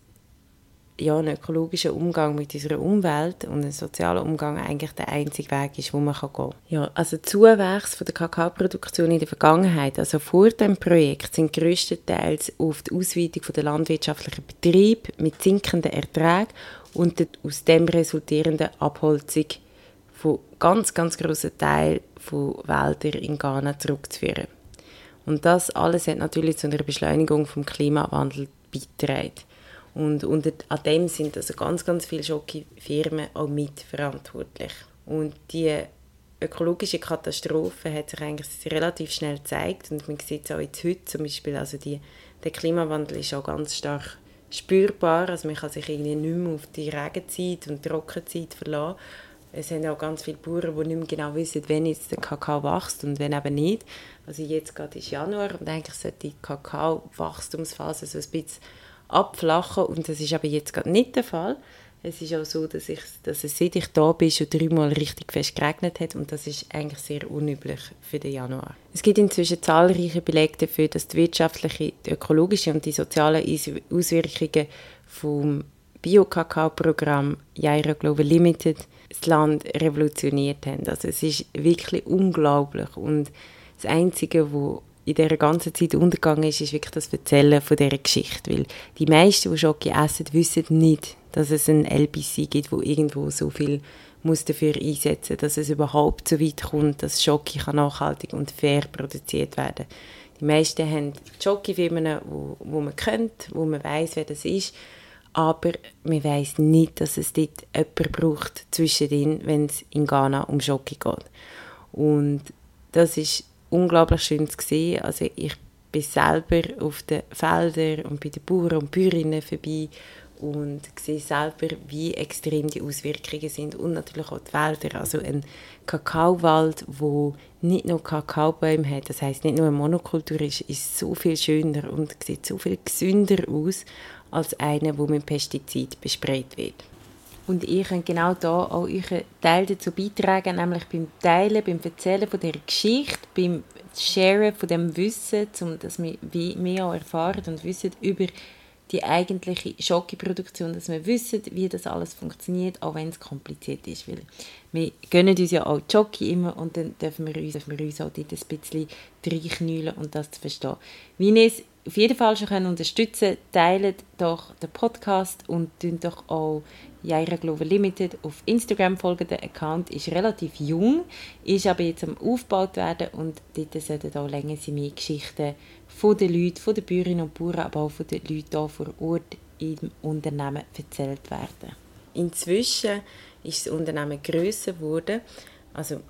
ja, ein ökologischer Umgang mit unserer Umwelt und ein sozialer Umgang eigentlich der einzige Weg ist, wo man gehen kann. Ja, also Zuwachs von der Kakaoproduktion in der Vergangenheit, also vor dem Projekt, sind grösstenteils auf die Ausweitung der landwirtschaftlichen Betriebe mit sinkenden Erträgen und der aus dem resultierenden Abholzung von ganz, ganz grossen Teilen von Wäldern in Ghana zurückzuführen. Und das alles hat natürlich zu einer Beschleunigung des Klimawandels beigetragen. Und unter, an dem sind also ganz, ganz viele Schokofirmen auch mitverantwortlich. Und die ökologische Katastrophe hat sich eigentlich relativ schnell gezeigt. Und man sieht es auch jetzt heute zum Beispiel, also die, der Klimawandel ist auch ganz stark spürbar. Also man kann sich irgendwie nicht mehr auf die Regenzeit und Trockenzeit verlassen. Es sind auch ganz viele Bauern, die nicht mehr genau wissen, wann jetzt der Kakao wächst und wann eben nicht. Also jetzt gerade ist Januar und eigentlich sollte die Kakao-Wachstumsphase so ein bisschen abflachen und das ist aber jetzt gerade nicht der Fall. Es ist auch so, dass, ich, dass es seit ich da bin schon dreimal richtig fest geregnet hat und das ist eigentlich sehr unüblich für den Januar. Es gibt inzwischen zahlreiche Belege dafür, dass die wirtschaftliche, die ökologische und die sozialen Auswirkungen vom Bio-Kakao-Programm Yaira Global Limited das Land revolutioniert haben. Also es ist wirklich unglaublich und das Einzige, was in dieser ganzen Zeit untergegangen ist, ist wirklich das Erzählen von dieser Geschichte. Weil die meisten, die Schoki essen, wissen nicht, dass es ein L B C gibt, wo irgendwo so viel muss dafür einsetzen muss, dass es überhaupt so weit kommt, dass Schoki nachhaltig und fair produziert werden kann. Die meisten haben Schokifirmen, wo, wo man kennt, wo man weiss, wer das ist, aber man weiss nicht, dass es dort jemanden braucht zwischendrin, wenn es in Ghana um Schoki geht. Und das ist unglaublich schön zu sehen. Also ich bin selber auf den Feldern und bei den Bauern und Bäuerinnen vorbei und sehe selber, wie extrem die Auswirkungen sind und natürlich auch die Wälder. Also ein Kakaowald, wo nicht nur Kakaobäume hat, das heisst nicht nur eine Monokultur ist, ist so viel schöner und sieht so viel gesünder aus als einer, wo mit Pestizid besprayt wird. Und ihr könnt genau da auch euren Teil dazu beitragen, nämlich beim Teilen, beim Erzählen von dieser Geschichte, beim Sharen von dem Wissen, um dass wir wie mehr auch erfahren und wissen über die eigentliche Schokoproduktion, dass wir wissen, wie das alles funktioniert, auch wenn es kompliziert ist. Weil wir gönnen uns ja auch Schoki immer und dann dürfen wir uns, dürfen wir uns auch dort ein bisschen reinknüllen und das zu verstehen. Wie ihr es auf jeden Fall schon können unterstützen könnt, teilt doch den Podcast und teilt doch auch Yaira Global Limited auf Instagram folgen. Der Account ist relativ jung, ist aber jetzt am aufgebaut werden und dort sollten auch länger sein mehr Geschichten von den Leuten, von den Bäuerinnen und Bauern, aber auch von den Leuten hier vor Ort im Unternehmen erzählt werden. Inzwischen ist das Unternehmen grösser geworden. Also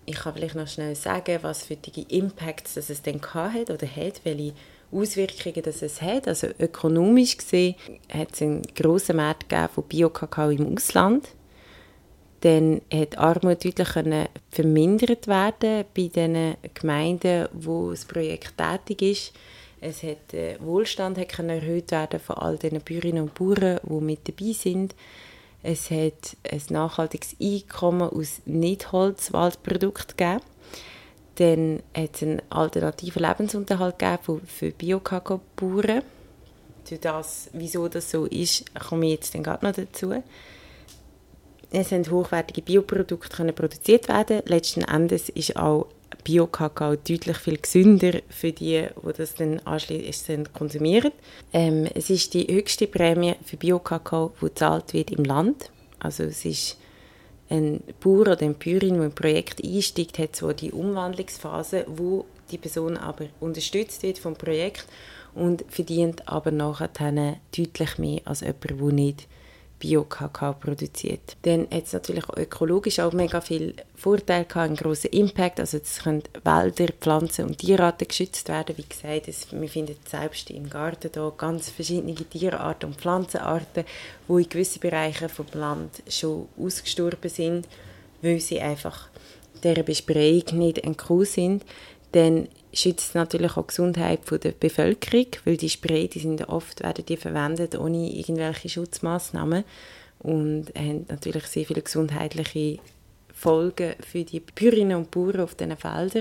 ich kann vielleicht noch schnell sagen, was für die Impacts das es dann hat oder hat, welche Auswirkungen das es hat. Also ökonomisch gesehen hat es einen grossen Markt gegeben von Bio-Kakao im Ausland. Dann hat Armut deutlich vermindert werden bei den Gemeinden, wo das Projekt tätig ist. Es hat äh, Wohlstand hat können erhöht werden von all den Bäuerinnen und Bauern, die mit dabei sind. Es hat ein nachhaltiges Einkommen aus Nicht-Holzwaldprodukten gegeben. Dann hat es einen alternativen Lebensunterhalt gegeben für Bio-Kakao-Bauern. Durch das, wieso das so ist, komme ich jetzt dann gerade noch dazu. Es sind hochwertige Bioprodukte können produziert werden. Letzten Endes ist auch Bio-Kakao deutlich viel gesünder für die, die das dann anschliessend konsumieren. Ähm, es ist die höchste Prämie für Bio-Kakao, die gezahlt wird im Land. Also es ist ein Bauer oder eine Bäuerin, die im Projekt einsteigt, hat zwar die Umwandlungsphase, wo die Person aber unterstützt wird vom Projekt und verdient aber nachher deutlich mehr als jemand, der nicht Bio-Kakao produziert. Dann hat es natürlich auch ökologisch auch mega viel Vorteile gehabt, einen grossen Impact. Also es können Wälder, Pflanzen und Tierarten geschützt werden. Wie gesagt, es, wir finden selbst im Garten da ganz verschiedene Tierarten und Pflanzenarten, die in gewissen Bereichen vom Land schon ausgestorben sind, weil sie einfach dieser Besprayung nicht entkommen sind. Dann schützt es natürlich auch die Gesundheit der Bevölkerung, weil die Spray, die sind oft werden die verwendet ohne irgendwelche Schutzmaßnahmen und haben natürlich sehr viele gesundheitliche Folgen für die Bäuerinnen und Bauern auf diesen Feldern.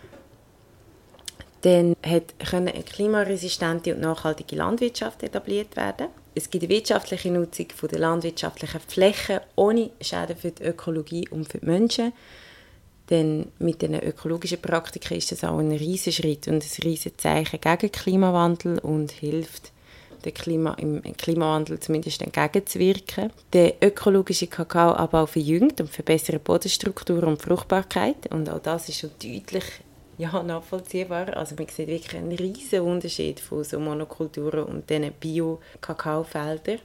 Dann konnte eine klimaresistente und nachhaltige Landwirtschaft etabliert werden. Es gibt eine wirtschaftliche Nutzung der landwirtschaftlichen Flächen ohne Schäden für die Ökologie und für die Menschen. Denn mit den ökologischen Praktiken ist das auch ein riesiger Schritt und ein riesiges Zeichen gegen den Klimawandel und hilft, den Klima, im Klimawandel zumindest entgegenzuwirken. Der ökologische Kakaoanbau verjüngt und verbessert Bodenstruktur und Fruchtbarkeit. Und auch das ist schon deutlich ja, nachvollziehbar. Also man sieht wirklich einen riesigen Unterschied von so Monokulturen und diesen Bio-Kakaofeldern.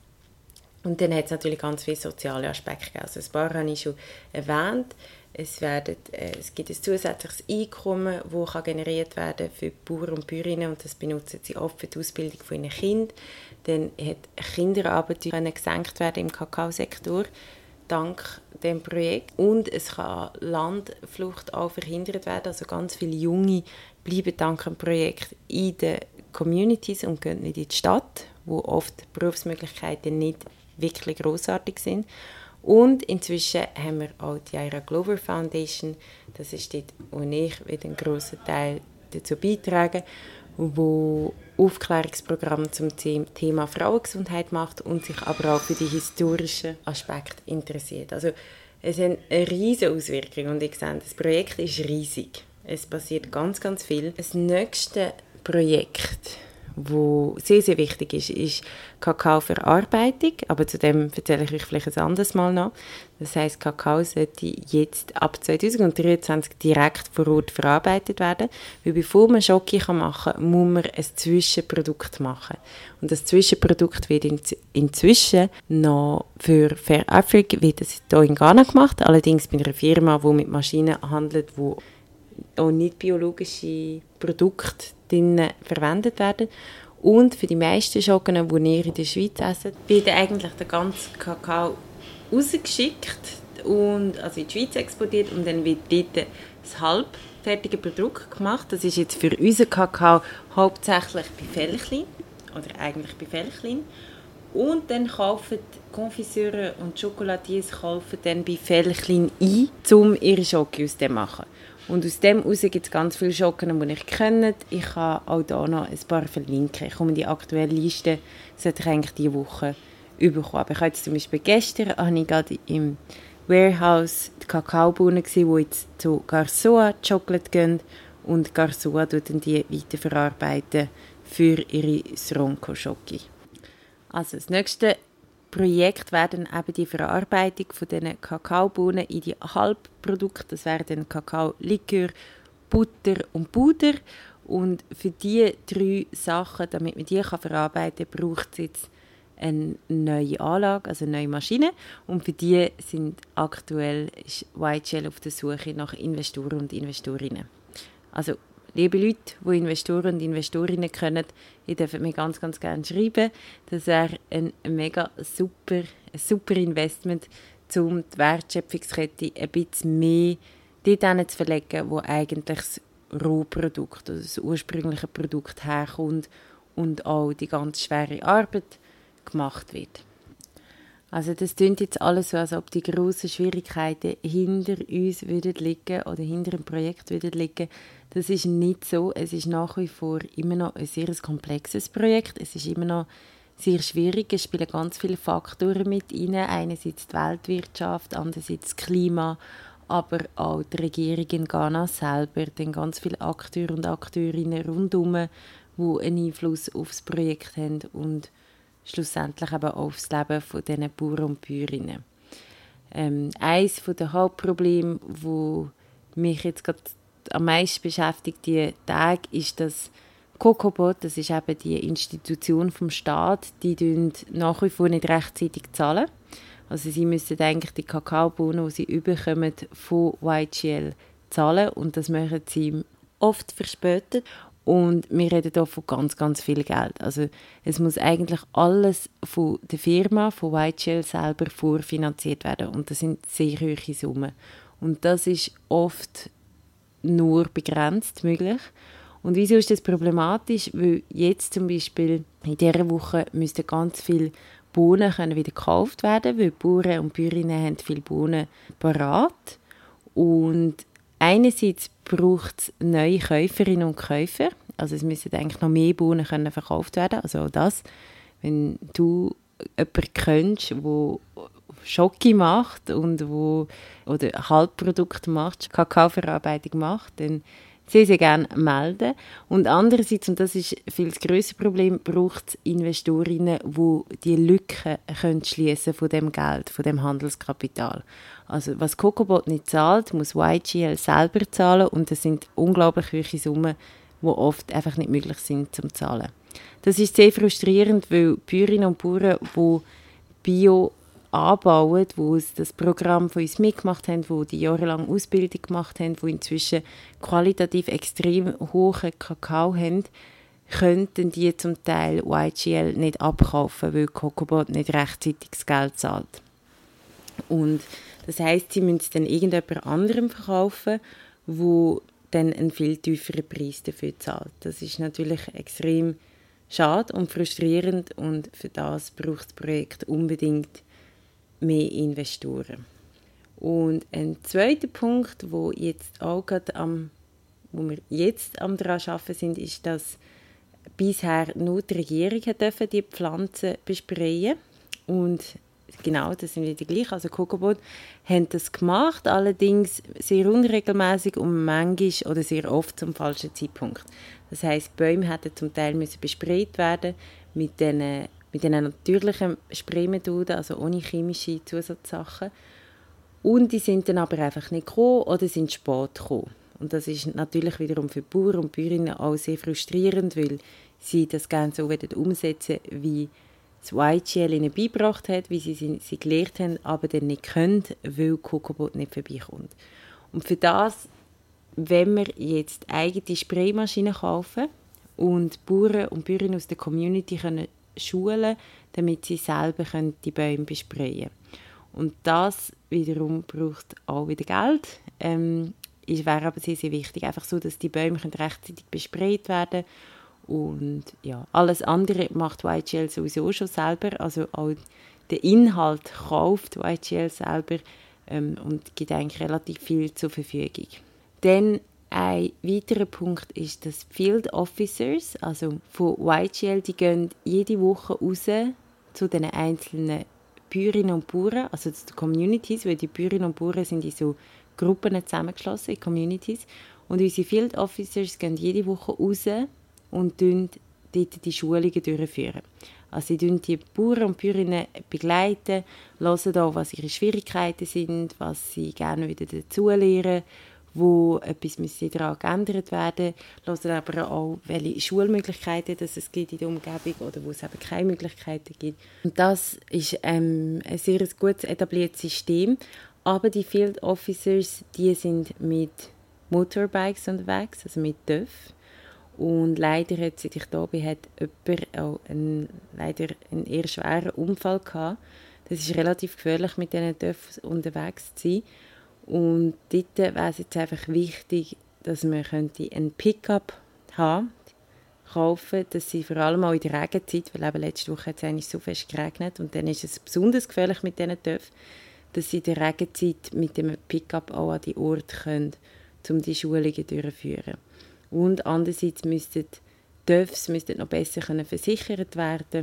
Und dann hat es natürlich ganz viele soziale Aspekte gegeben. Also ein paar habe ich schon erwähnt. Es, werden, äh, es gibt ein zusätzliches Einkommen, das generiert werden kann für Bauern und Bäuerinnen und das benutzen sie oft für die Ausbildung von ihren Kindern. Dann hat Kinderarbeit gesenkt werden im Kakaosektor dank dem Projekt und es kann Landflucht auch verhindert werden. Also ganz viele Junge bleiben dank dem Projekt in den Communities und gehen nicht in die Stadt, wo oft Berufsmöglichkeiten nicht wirklich grossartig sind. Und inzwischen haben wir auch die Ira Glover Foundation, das ist dort, wo ich wieder einen grossen Teil dazu beitrage, wo Aufklärungsprogramme zum Thema Frauengesundheit macht und sich aber auch für die historischen Aspekte interessiert. Also es hat eine riesige Auswirkung und ich sehe, das Projekt ist riesig. Es passiert ganz, ganz viel. Das nächste Projekt, wo sehr, sehr wichtig ist, ist Kakaoverarbeitung. Aber zu dem erzähle ich euch vielleicht ein anderes Mal noch. Das heisst, Kakao sollte jetzt ab zwanzig dreiundzwanzig direkt vor Ort verarbeitet werden. Weil bevor man Schoki machen kann, muss man ein Zwischenprodukt machen. Und das Zwischenprodukt wird in, inzwischen noch für Fair Africa, wird das hier in Ghana gemacht. Allerdings bei einer Firma, die mit Maschinen handelt, die auch nicht biologische Produkte drin verwendet werden. Und für die meisten Schocken, die ihr in der Schweiz essen, wird eigentlich der ganze Kakao rausgeschickt und also in die Schweiz exportiert und dann wird dort das halbfertige Produkt gemacht. Das ist jetzt für unseren Kakao hauptsächlich bei Velchlin oder eigentlich bei Velchlin. Und dann kaufen die Konfiseure und Chocolatiers kaufen dann bei Velchlin ein, um ihre Schoki aus dem zu machen. Und aus dem heraus gibt es ganz viele Schocken, die ich kennt. Ich kann auch hier noch ein paar verlinken. Ich komme in die aktuelle Liste, sollte ich eigentlich diese Woche bekommen. Aber ich habe jetzt zum Beispiel gestern habe ich gerade im Warehouse die Kakaobohnen gesehen, die jetzt zu Garzoa Chocolate gehen. Und Garzoa tut dann die weiterverarbeiten für ihre Sronko-Schoki. Also das nächste Projekt wäre dann eben die Verarbeitung von diesen Kakaobohnen in die Halbprodukte. Das wären dann Kakao, Likör, Butter und Puder. Und für diese drei Sachen, damit man die verarbeiten kann, braucht es jetzt eine neue Anlage, also eine neue Maschine. Und für die sind aktuell ist Y G L auf der Suche nach Investoren und Investorinnen. Also, liebe Leute, die Investoren und Investorinnen kennen, ihr dürft mir ganz, ganz gerne schreiben. Das wäre ein mega super, ein super Investment, um die Wertschöpfungskette ein bisschen mehr dort zu verlegen, wo eigentlich das Rohprodukt, also das ursprüngliche Produkt herkommt und auch die ganz schwere Arbeit gemacht wird. Also das klingt jetzt alles so, als ob die grossen Schwierigkeiten hinter uns würden liegen oder hinter dem Projekt würden liegen. Das ist nicht so. Es ist nach wie vor immer noch ein sehr komplexes Projekt. Es ist immer noch sehr schwierig. Es spielen ganz viele Faktoren mit rein. Einerseits die Weltwirtschaft, andererseits das Klima, aber auch die Regierung in Ghana selber, dann ganz viele Akteure und Akteurinnen rundherum, die einen Einfluss auf das Projekt haben und schlussendlich eben auch aufs Leben von diesen Bauern und Bäuerinnen. Ähm, eines der Hauptprobleme, das mich jetzt gerade am meisten beschäftigt, diese Tage, ist, dass COCOBOT, das ist eben die Institution vom Staat, die zahlen nach wie vor nicht rechtzeitig zahlen. Also sie müssen eigentlich die Kakaobohnen, die sie überkommen, von Y G L zahlen und das machen sie oft verspätet. Und wir reden hier von ganz, ganz viel Geld. Also es muss eigentlich alles von der Firma, von Y G L selber vorfinanziert werden. Und das sind sehr hohe Summen. Und das ist oft nur begrenzt möglich. Und wieso ist das problematisch? Weil jetzt zum Beispiel in dieser Woche müssten ganz viele Bohnen können wieder gekauft werden, weil die Bauern und Bäuerinnen haben viele Bohnen parat. Und einerseits braucht es neue Käuferinnen und Käufer. Also es müssen eigentlich noch mehr Bohnen können verkauft werden. Also auch das, wenn du jemanden kennst, der Schoki macht und wo, oder Halbprodukte macht, Kakaoverarbeitung macht, dann sehr, sehr gerne melden. Und andererseits, und das ist viel das grössere Problem, braucht es Investorinnen, die die Lücken schließen von dem Geld, von dem Handelskapital. Also was COCOBOT nicht zahlt, muss Y G L selber zahlen und das sind unglaublich hohe Summen, die oft einfach nicht möglich sind zum zahlen. Das ist sehr frustrierend, weil Bäuerinnen und Bauern, die Bio anbauen, die das Programm von uns mitgemacht haben, die die jahrelang Ausbildung gemacht haben, die inzwischen qualitativ extrem hohen Kakao haben, könnten die zum Teil Y G L nicht abkaufen, weil COCOBOT nicht rechtzeitig das Geld zahlt. Und das heisst, sie müssen es dann irgendjemand anderem verkaufen, wo dann einen viel tieferen Preis dafür zahlt. Das ist natürlich extrem schade und frustrierend und für das braucht das Projekt unbedingt mehr Investoren. Und ein zweiter Punkt, wo jetzt auch gerade am, wo wir jetzt am daran arbeiten sind, ist, dass bisher nur die Regierung dürfen die Pflanzen besprayen. Und genau, das sind wieder gleich. Also COCOBOT haben das gemacht, allerdings sehr unregelmäßig und manchmal oder sehr oft zum falschen Zeitpunkt. Das heisst, Bäume hätten zum Teil müssen besprayt werden mit diesen mit den natürlichen Spraymethoden, also ohne chemische Zusatzsachen. Und die sind dann aber einfach nicht gekommen oder sind spät gekommen. Und das ist natürlich wiederum für Bauern und Bäuerinnen auch sehr frustrierend, weil sie das gerne so umsetzen wollen, wie das Y G L ihnen beigebracht hat, wie sie sie, sie gelernt haben, aber dann nicht können, weil COCOBOT nicht vorbeikommt. Und für das, wenn wir jetzt eigene Spraymaschinen kaufen und Bauern und Bäuerinnen aus der Community können schulen, damit sie selber die Bäume besprayen können. Und das wiederum braucht auch wieder Geld. Ähm, ist, wäre aber sehr, sehr wichtig. Einfach so, dass die Bäume rechtzeitig besprayt werden und ja, alles andere macht Y G L sowieso schon selber. Also auch den Inhalt kauft Y G L selber ähm, und gibt eigentlich relativ viel zur Verfügung. Dann ein weiterer Punkt ist, dass Field Officers, also von Y G L, die gehen jede Woche raus zu den einzelnen Bäuerinnen und Bauern, also zu den Communities, weil die Bäuerinnen und Bauern sind in so Gruppen zusammengeschlossen, in Communities. Und unsere Field Officers gehen jede Woche raus und durchführen dort die Schulungen durchführen. Also sie begleiten die Bauern und Bäuerinnen, begleiten, hören auch, was ihre Schwierigkeiten sind, was sie gerne wieder dazulernen wo etwas müsste daran geändert werden müsste, hören aber auch, welche Schulmöglichkeiten dass es gibt in der Umgebung oder wo es eben keine Möglichkeiten gibt. Und das ist ähm, ein sehr gut etabliertes System, aber die Field Officers, die sind mit Motorbikes unterwegs, also mit T Ö F. Und leider, hat, seit ich da bin, hat jemand auch einen, leider einen eher schweren Unfall gehabt. Das ist relativ gefährlich, mit diesen T Ö F unterwegs zu sein. Und dort wäre es jetzt einfach wichtig, dass man einen Pickup haben kaufen, dass sie vor allem auch in der Regenzeit, weil eben letzte Woche hat es eigentlich so fest geregnet und dann ist es besonders gefährlich mit diesen T Ö F, dass sie in der Regenzeit mit dem Pickup auch an die Orte können, um die Schulungen durchzuführen. Und andererseits müssten T Ö Fs müssten noch besser können versichert werden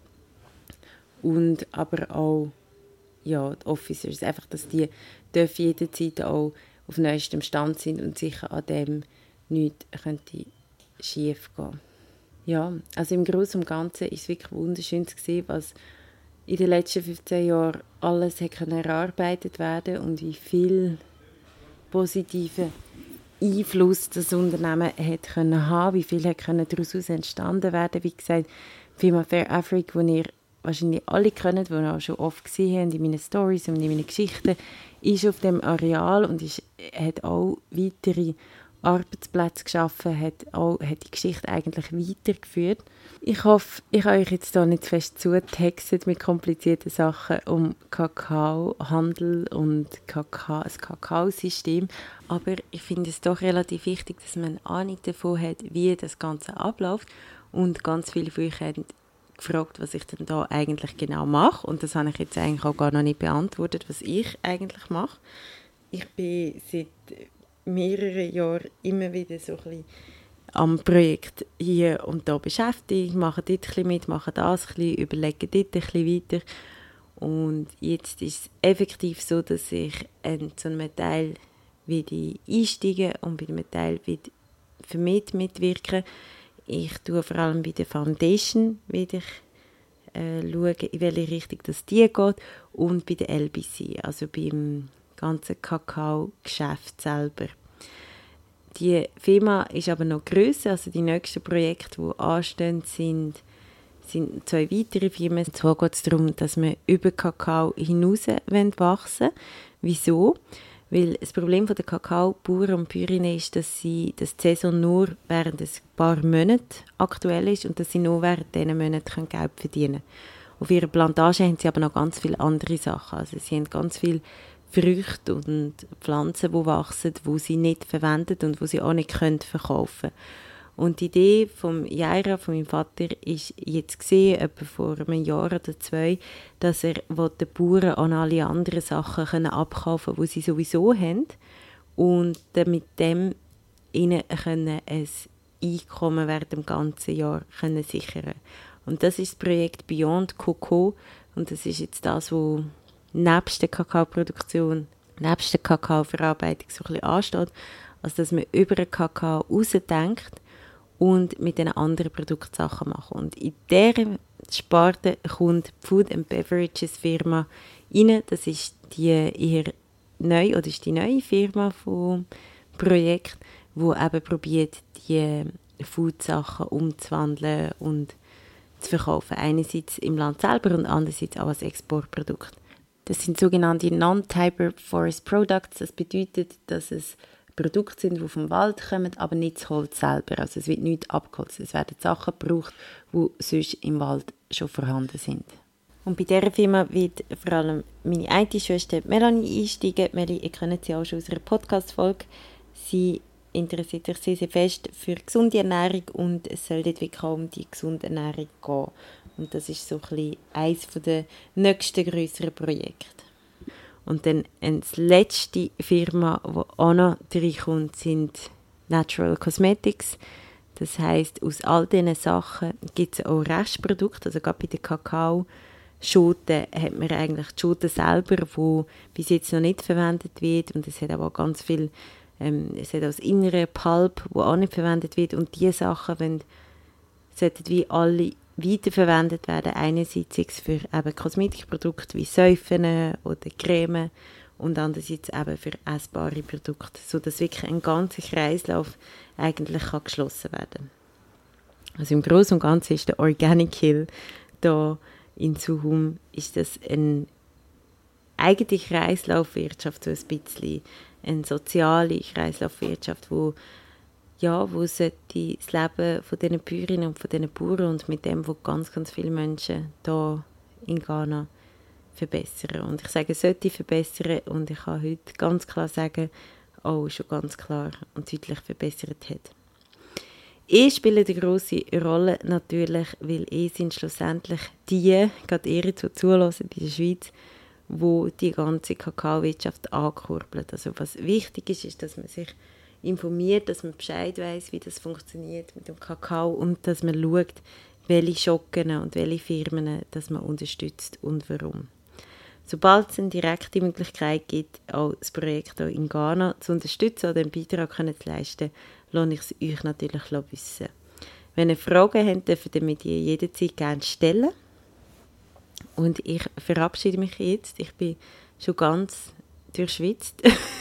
und aber auch ja, die Officers, einfach, dass die T Ö F jederzeit auch auf neuestem Stand sind und sicher an dem nichts könnte schief gehen. Ja, also im Großen und Ganzen war es wirklich wunderschön zu sehen, was in den letzten fünfzehn Jahren alles hat erarbeitet werden und wie viel positiven Einfluss das Unternehmen hat können haben, wie viel hat können daraus entstanden werden. Wie gesagt, die Firma Fair Africa, die ihr wahrscheinlich alle kennt, die ihr auch schon oft gesehen habt in meinen Stories und in meinen Geschichten, ist auf dem Areal und ist, hat auch weitere Arbeitsplätze geschaffen, hat, auch, hat die Geschichte eigentlich weitergeführt. Ich hoffe, ich habe euch jetzt hier nicht zu fest zugetextet mit komplizierten Sachen um Kakaohandel und Kakao, das Kakaosystem, aber ich finde es doch relativ wichtig, dass man eine Ahnung davon hat, wie das Ganze abläuft und ganz viele von euch haben gefragt, was ich denn da eigentlich genau mache und das habe ich jetzt eigentlich auch gar noch nicht beantwortet, was ich eigentlich mache. Ich bin seit mehreren Jahren immer wieder so ein bisschen am Projekt hier und da beschäftigt, mache dort ein bisschen mit, mache das ein bisschen, überlege dort ein bisschen weiter und jetzt ist es effektiv so, dass ich zu einem Teil wieder einsteige und bei einem Teil wieder vermehrt mitwirke. Ich tue vor allem bei der Foundation wieder äh, schauen, in welche Richtung das die geht und bei der L B C, also beim ganzen Kakao-Geschäft selber. Die Firma ist aber noch grösser, also die nächsten Projekte, die anstehen, sind, sind zwei weitere Firmen. Und zwar geht es darum, dass wir über Kakao hinaus wachsen wollen. Wieso? Weil das Problem der Kakaobauern und Bäuerinnen ist, dass, sie, dass die Saison nur während ein paar Monaten aktuell ist und dass sie nur während diesen Monaten Geld verdienen können. Auf ihrer Plantage haben sie aber noch ganz viele andere Sachen. Also sie haben ganz viele Früchte und Pflanzen, die wachsen, die sie nicht verwenden und die sie auch nicht verkaufen können. Und die Idee von Jaira, von meinem Vater, ist jetzt gesehen, etwa vor einem Jahr oder zwei, dass er den Bauern an alle anderen Sachen können abkaufen können, die sie sowieso haben und mit dem ihnen können ein Einkommen während dem ganzen Jahr können sichern. Und das ist das Projekt Beyond Cocoa und das ist jetzt das, was nebst der Kakaoproduktion, nebst der Kakaoverarbeitung so ein bisschen ansteht, also dass man über den Kakao rausdenkt und mit den anderen Produkten Sachen machen. Und in dieser Sparte kommt die Food and Beverages Firma rein. Das ist die eher neu, oder ist die neue Firma vom Projekt, wo eben probiert, die Food-Sachen umzuwandeln und zu verkaufen. Einerseits im Land selber und andererseits auch als Exportprodukt. Das sind sogenannte Non-Typer Forest Products. Das bedeutet, dass es Produkte sind, die vom Wald kommen, aber nicht das Holz selber. Also es wird nichts abgeholzt. Es werden Sachen gebraucht, die sonst im Wald schon vorhanden sind. Und bei dieser Firma wird vor allem meine eine Schwester Melanie einsteigen. Melanie, ihr kennt sie auch schon aus einer Podcast-Folge. Sie interessiert sich sehr, sehr fest für gesunde Ernährung und es soll dort wirklich auch um die gesunde Ernährung gehen. Und das ist so ein bisschen eines der nächsten grösseren Projekte. Und dann eine letzte Firma, die auch noch reinkommt, sind Natural Cosmetics. Das heisst, aus all diesen Sachen gibt es auch Restprodukte. Also gerade bei den Kakaoschoten hat man eigentlich die Schote selber, die bis jetzt noch nicht verwendet wird. Und es hat aber auch ganz viel, ähm, es hat auch das innere Pulp, das auch nicht verwendet wird. Und diese Sachen wenn, sollten wie alle weiterverwendet werden, einerseits für eben Kosmetikprodukte wie Säufen oder Creme und andererseits eben für essbare Produkte, sodass wirklich ein ganzer Kreislauf eigentlich kann geschlossen werden kann. Also im Großen und Ganzen ist der Organic Hill da in Suhum ist das eine eigene Kreislaufwirtschaft, so ein bisschen eine soziale Kreislaufwirtschaft, wo ja, wo sollte das Leben von diesen Bäuerinnen und von diesen Bauern und mit dem, wo ganz, ganz viele Menschen hier in Ghana verbessern. Und ich sage, sollte verbessern und ich kann heute ganz klar sagen, auch schon ganz klar und deutlich verbessert hat. Ich spiele eine grosse Rolle natürlich, weil ich sind schlussendlich die, gerade ihr, die zulassen in der Schweiz, wo die ganze Kakaowirtschaft ankurbelt. Also was wichtig ist, ist, dass man sich informiert, dass man Bescheid weiss, wie das funktioniert mit dem Kakao und dass man schaut, welche Schocken und welche Firmen dass man unterstützt und warum. Sobald es eine direkte Möglichkeit gibt, auch das Projekt hier in Ghana zu unterstützen oder einen Beitrag zu leisten, lasse ich es euch natürlich wissen. Wenn ihr Fragen habt, dürft ihr mir die jederzeit gerne stellen. Und ich verabschiede mich jetzt. Ich bin schon ganz durchschwitzt.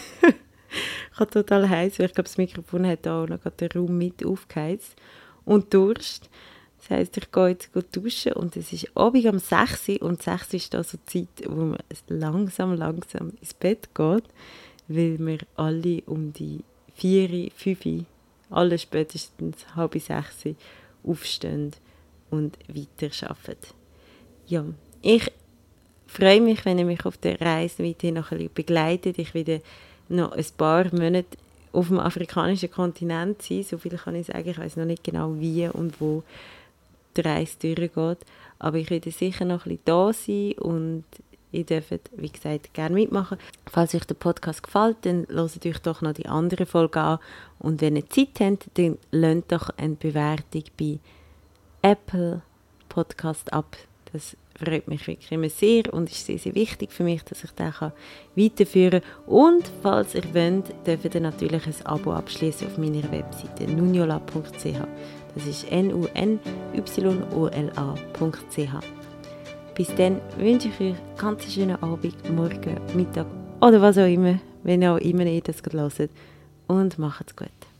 Ich habe total heiß, weil ich glaube, das Mikrofon hat auch noch den Raum mit aufgeheizt. Und Durst. Das heisst, ich gehe jetzt duschen und es ist Abend um sechs Uhr und sechs Uhr ist da so die Zeit, wo man langsam, langsam ins Bett geht, weil wir alle um die vier, fünf, alle spätestens halb sechs aufstehen und weiter arbeiten. Ja, ich freue mich, wenn ihr mich auf der Reise weiterhin noch ein bisschen begleitet. Ich werde noch ein paar Monate auf dem afrikanischen Kontinent sein. So viel kann ich sagen. Ich weiß noch nicht genau, wie und wo die Reise durchgeht. Aber ich werde sicher noch ein bisschen da sein und ihr dürft, wie gesagt, gerne mitmachen. Falls euch der Podcast gefällt, dann hört euch doch noch die andere Folge an. Und wenn ihr Zeit habt, dann lasst doch eine Bewertung bei Apple Podcast ab. Das freut mich wirklich immer sehr und ist sehr, sehr wichtig für mich, dass ich den weiterführen kann. Und falls ihr wollt, dürft ihr natürlich ein Abo abschließen auf meiner Webseite nunyola punkt c h. Das ist N U N Y O L A punkt c h. Bis dann wünsche ich euch einen ganz schönen Abend, Morgen, Mittag oder was auch immer, wenn ihr auch immer ihr das hört. Und macht's gut.